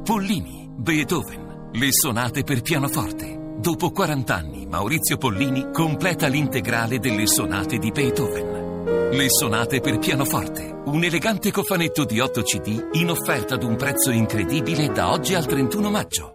Pollini, Beethoven, le sonate per pianoforte. Dopo 40 anni, Maurizio Pollini completa l'integrale delle sonate di Beethoven. Le sonate per pianoforte, un elegante cofanetto di 8 CD in offerta ad un prezzo incredibile da oggi al 31 maggio.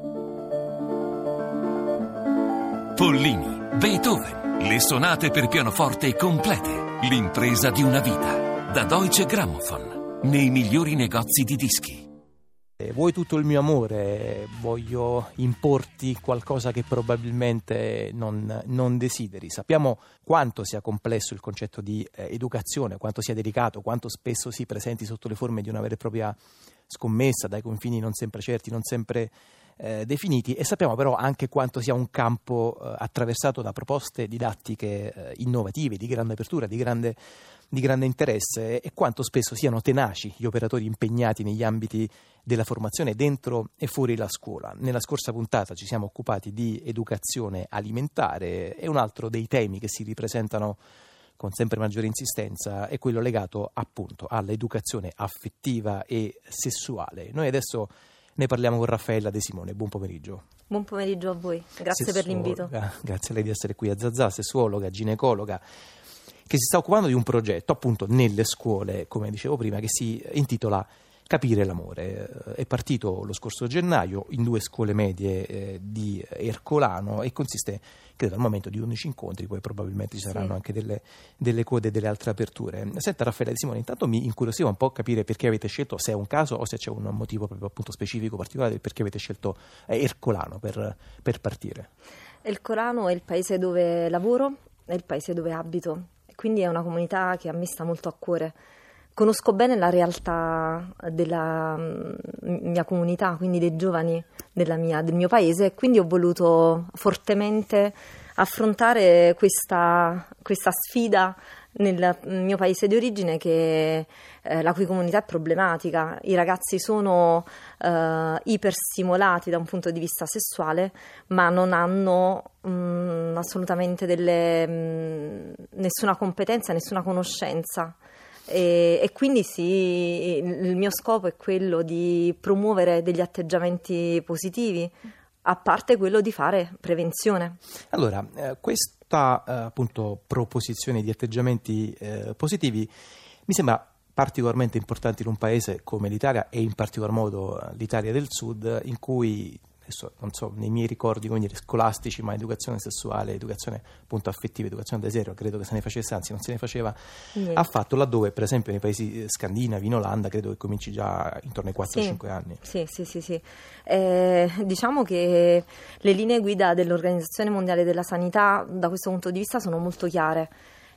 Pollini, Beethoven, le sonate per pianoforte complete, l'impresa di una vita. Da Deutsche Grammophon, nei migliori negozi di dischi. Vuoi tutto il mio amore, voglio importi qualcosa che probabilmente non desideri. Sappiamo quanto sia complesso il concetto di educazione, quanto sia delicato, quanto spesso si presenti sotto le forme di una vera e propria scommessa, dai confini non sempre certi, non sempre definiti, e sappiamo però anche quanto sia un campo attraversato da proposte didattiche innovative, di grande apertura, di grande interesse, e quanto spesso siano tenaci gli operatori impegnati negli ambiti della formazione dentro e fuori la scuola. Nella scorsa puntata ci siamo occupati di educazione alimentare, e un altro dei temi che si ripresentano con sempre maggiore insistenza è quello legato appunto all'educazione affettiva e sessuale. Noi adesso ne parliamo con Raffaella De Simone. Buon pomeriggio. Buon pomeriggio a voi, grazie per l'invito. Grazie a lei di essere qui a Zazà, sessuologa, ginecologa, che si sta occupando di un progetto appunto nelle scuole, come dicevo prima, che si intitola Capire l'amore. È partito lo scorso gennaio in 2 scuole medie di Ercolano e consiste, credo, al momento di 11 incontri, poi probabilmente ci saranno anche delle code e delle altre aperture. Senta, Raffaella De Simone, intanto mi incuriosiva un po' capire perché avete scelto, se è un caso o se c'è un motivo proprio appunto specifico, particolare, del perché avete scelto Ercolano per partire. Ercolano è il paese dove lavoro, è il paese dove abito, quindi è una comunità che a me sta molto a cuore. Conosco bene la realtà della mia comunità, quindi dei giovani del mio paese, e quindi ho voluto fortemente affrontare questa sfida nel mio paese di origine, la cui comunità è problematica. I ragazzi sono iperstimolati da un punto di vista sessuale, ma non hanno assolutamente nessuna competenza, nessuna conoscenza. E quindi il mio scopo è quello di promuovere degli atteggiamenti positivi, a parte quello di fare prevenzione. Allora, questa appunto proposizione di atteggiamenti positivi mi sembra particolarmente importante in un paese come l'Italia, e in particolar modo l'Italia del Sud, in cui, adesso non so, nei miei ricordi, come dire, scolastici, ma educazione sessuale, educazione appunto affettiva, educazione da zero, credo che se ne facesse, anzi non se ne faceva affatto, laddove per esempio nei paesi scandinavi, in Olanda, credo che cominci già intorno ai 4-5 anni. Sì. Diciamo che le linee guida dell'Organizzazione Mondiale della Sanità da questo punto di vista sono molto chiare.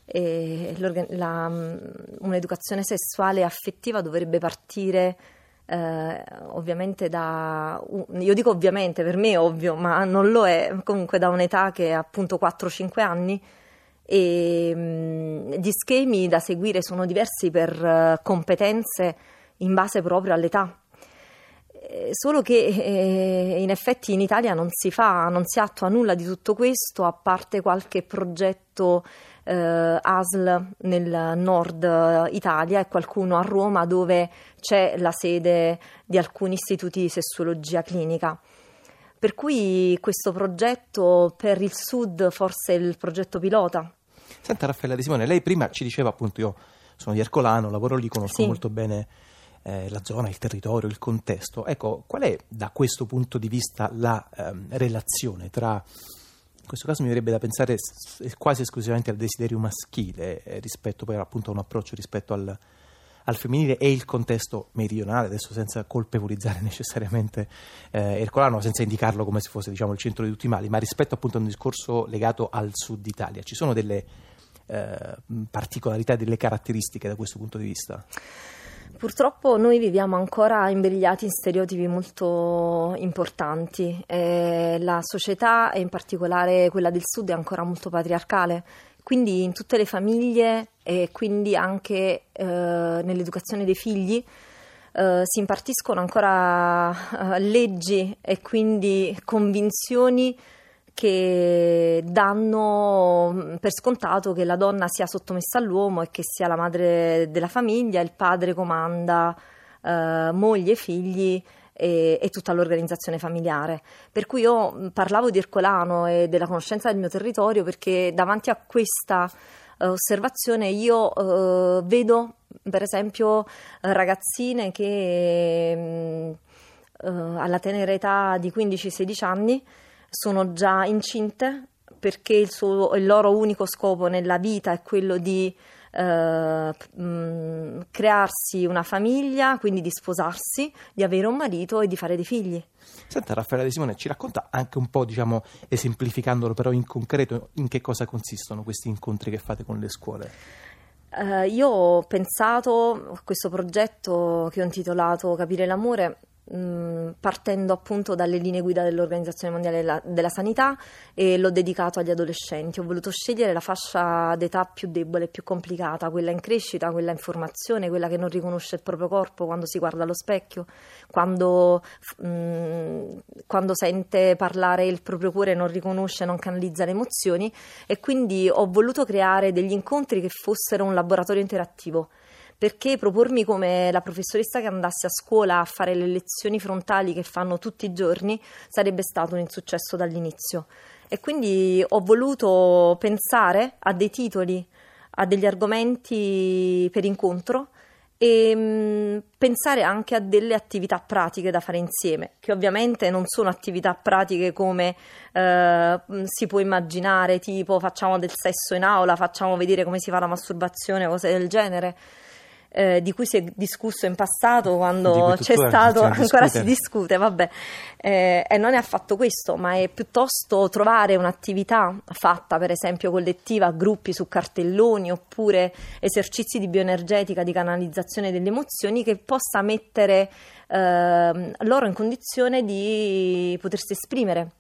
Un'educazione sessuale e affettiva dovrebbe partire ovviamente io dico ovviamente, per me è ovvio, ma non lo è, comunque da un'età che è appunto 4-5 anni, e gli schemi da seguire sono diversi per competenze in base proprio all'età. Solo che in effetti in Italia non si attua nulla di tutto questo, a parte qualche progetto ASL nel nord Italia e qualcuno a Roma, dove c'è la sede di alcuni istituti di sessuologia clinica. Per cui questo progetto per il Sud forse è il progetto pilota. Senta, Raffaella De Simone, lei prima ci diceva appunto, io sono di Ercolano, lavoro lì, conosco molto bene la zona, il territorio, il contesto. Ecco, qual è da questo punto di vista la relazione tra, in questo caso mi verrebbe da pensare quasi esclusivamente al desiderio maschile rispetto poi appunto a un approccio rispetto al femminile, e il contesto meridionale, adesso senza colpevolizzare necessariamente Ercolano, senza indicarlo come se fosse, diciamo, il centro di tutti i mali, ma rispetto appunto a un discorso legato al Sud Italia? Ci sono delle particolarità, delle caratteristiche da questo punto di vista? Purtroppo noi viviamo ancora imbrigliati in stereotipi molto importanti. La società, e in particolare quella del Sud, è ancora molto patriarcale, quindi in tutte le famiglie e quindi anche nell'educazione dei figli si impartiscono ancora leggi e quindi convinzioni che danno per scontato che la donna sia sottomessa all'uomo e che sia la madre della famiglia, il padre comanda moglie e figli, e tutta l'organizzazione familiare. Per cui io parlavo di Ercolano e della conoscenza del mio territorio perché davanti a questa osservazione io vedo per esempio ragazzine che alla tenera età di 15-16 anni sono già incinte perché il loro unico scopo nella vita è quello di crearsi una famiglia, quindi di sposarsi, di avere un marito e di fare dei figli. Senta, Raffaella De Simone, ci racconta anche un po', diciamo, esemplificandolo però in concreto, in che cosa consistono questi incontri che fate con le scuole? Io ho pensato a questo progetto che ho intitolato Capire l'amore partendo appunto dalle linee guida dell'Organizzazione Mondiale della Sanità e l'ho dedicato agli adolescenti. Ho voluto scegliere la fascia d'età più debole, più complicata, quella in crescita, quella in formazione, quella che non riconosce il proprio corpo quando si guarda allo specchio, quando sente parlare il proprio cuore, non riconosce, non canalizza le emozioni, e quindi ho voluto creare degli incontri che fossero un laboratorio interattivo. Perché propormi come la professoressa che andasse a scuola a fare le lezioni frontali che fanno tutti i giorni sarebbe stato un insuccesso dall'inizio. E quindi ho voluto pensare a dei titoli, a degli argomenti per incontro e pensare anche a delle attività pratiche da fare insieme, che ovviamente non sono attività pratiche come si può immaginare, tipo facciamo del sesso in aula, facciamo vedere come si fa la masturbazione, cose del genere. Di cui si è discusso in passato quando c'è stato, ancora si discute, vabbè, e non è affatto questo, ma è piuttosto trovare un'attività fatta per esempio collettiva a gruppi su cartelloni oppure esercizi di bioenergetica, di canalizzazione delle emozioni che possa mettere loro in condizione di potersi esprimere.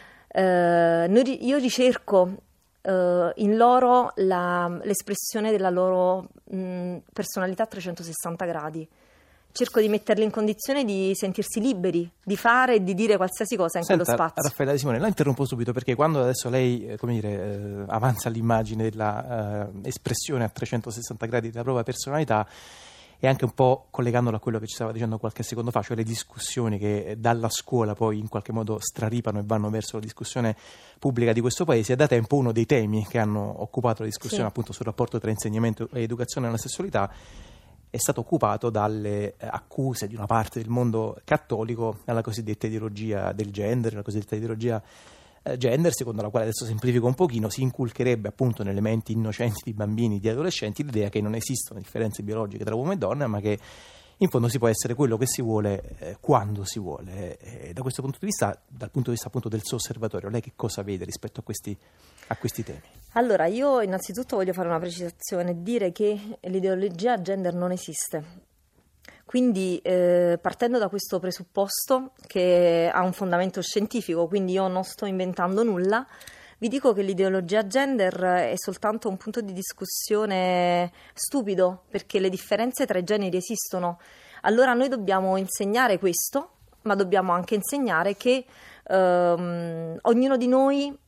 Io ricerco in loro l'espressione della loro personalità a 360 gradi. Cerco di metterli in condizione di sentirsi liberi, di fare e di dire qualsiasi cosa in quello spazio. Raffaella De Simone, la interrompo subito perché quando adesso lei avanza l'immagine della espressione a 360 gradi della propria personalità, e anche un po' collegandolo a quello che ci stava dicendo qualche secondo fa, cioè le discussioni che dalla scuola poi in qualche modo straripano e vanno verso la discussione pubblica di questo paese, è da tempo uno dei temi che hanno occupato la discussione appunto sul rapporto tra insegnamento e educazione alla sessualità è stato occupato dalle accuse di una parte del mondo cattolico alla cosiddetta ideologia del gender, la cosiddetta ideologia gender, secondo la quale, adesso semplifico un pochino, si inculcherebbe appunto nelle menti innocenti di bambini, di adolescenti, l'idea che non esistono differenze biologiche tra uomo e donna, ma che in fondo si può essere quello che si vuole quando si vuole. Da questo punto di vista, dal punto di vista appunto del suo osservatorio, lei che cosa vede rispetto a questi temi? Allora, io innanzitutto voglio fare una precisazione, dire che l'ideologia gender non esiste. Quindi partendo da questo presupposto che ha un fondamento scientifico, quindi io non sto inventando nulla, vi dico che l'ideologia gender è soltanto un punto di discussione stupido, perché le differenze tra i generi esistono. Allora noi dobbiamo insegnare questo, ma dobbiamo anche insegnare che ognuno di noi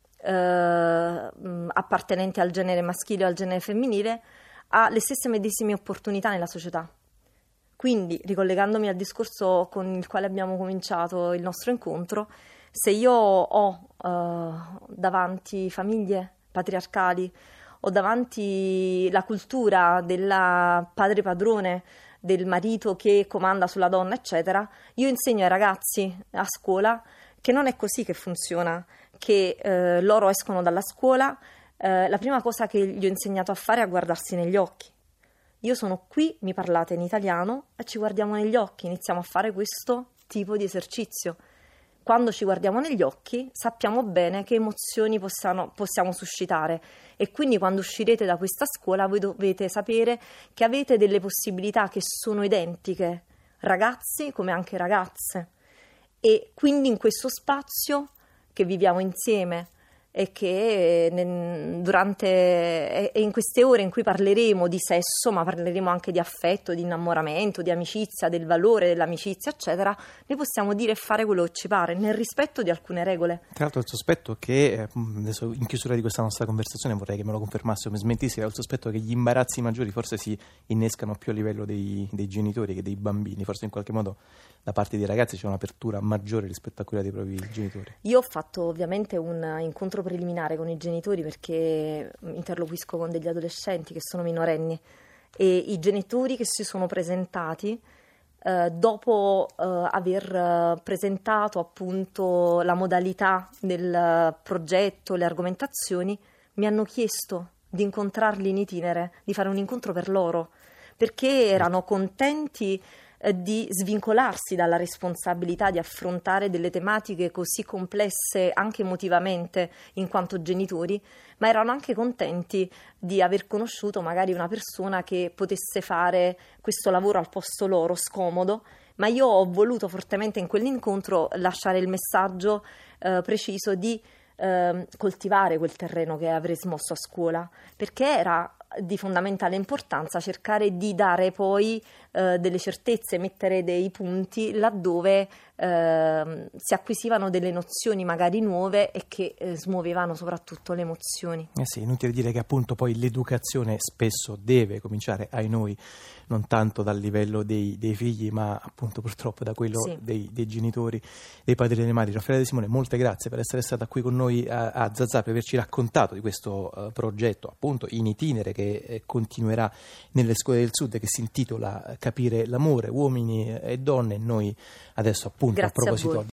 appartenente al genere maschile o al genere femminile ha le stesse medesime opportunità nella società. Quindi, ricollegandomi al discorso con il quale abbiamo cominciato il nostro incontro, se io ho davanti famiglie patriarcali, ho davanti la cultura del padre padrone, del marito che comanda sulla donna, eccetera, io insegno ai ragazzi a scuola che non è così che funziona, che loro escono dalla scuola, la prima cosa che gli ho insegnato a fare è a guardarsi negli occhi. Io sono qui, mi parlate in italiano e ci guardiamo negli occhi, iniziamo a fare questo tipo di esercizio. Quando ci guardiamo negli occhi sappiamo bene che emozioni possiamo suscitare, e quindi quando uscirete da questa scuola voi dovete sapere che avete delle possibilità che sono identiche, ragazzi come anche ragazze, e quindi in questo spazio che viviamo insieme e che in queste ore in cui parleremo di sesso, ma parleremo anche di affetto, di innamoramento, di amicizia, del valore dell'amicizia, eccetera, noi possiamo dire e fare quello che ci pare, nel rispetto di alcune regole. Tra l'altro il sospetto che, adesso in chiusura di questa nostra conversazione vorrei che me lo confermassi o mi smentissi, il sospetto che gli imbarazzi maggiori forse si innescano più a livello dei genitori che dei bambini, forse in qualche modo da parte dei ragazzi c'è un'apertura maggiore rispetto a quella dei propri genitori. Io ho fatto ovviamente un incontro preliminare con i genitori perché interloquisco con degli adolescenti che sono minorenni, e i genitori che si sono presentati dopo aver presentato appunto la modalità del progetto, le argomentazioni, mi hanno chiesto di incontrarli in itinere, di fare un incontro per loro, perché erano contenti di svincolarsi dalla responsabilità di affrontare delle tematiche così complesse anche emotivamente in quanto genitori, ma erano anche contenti di aver conosciuto magari una persona che potesse fare questo lavoro al posto loro, scomodo. Ma io ho voluto fortemente in quell'incontro lasciare il messaggio preciso di coltivare quel terreno che avrei smosso a scuola, perché era di fondamentale importanza cercare di dare poi delle certezze, mettere dei punti laddove si acquisivano delle nozioni magari nuove e che smuovevano soprattutto le emozioni. Sì, inutile dire che appunto poi l'educazione spesso deve cominciare, ai noi, non tanto dal livello dei figli, ma appunto purtroppo da quello dei genitori, dei padri e delle madri. Raffaella De Simone, molte grazie per essere stata qui con noi a Zazà, per averci raccontato di questo progetto appunto in itinere che continuerà nelle scuole del Sud, che si intitola Capire l'amore, uomini e donne. Noi adesso appunto grazie a proposito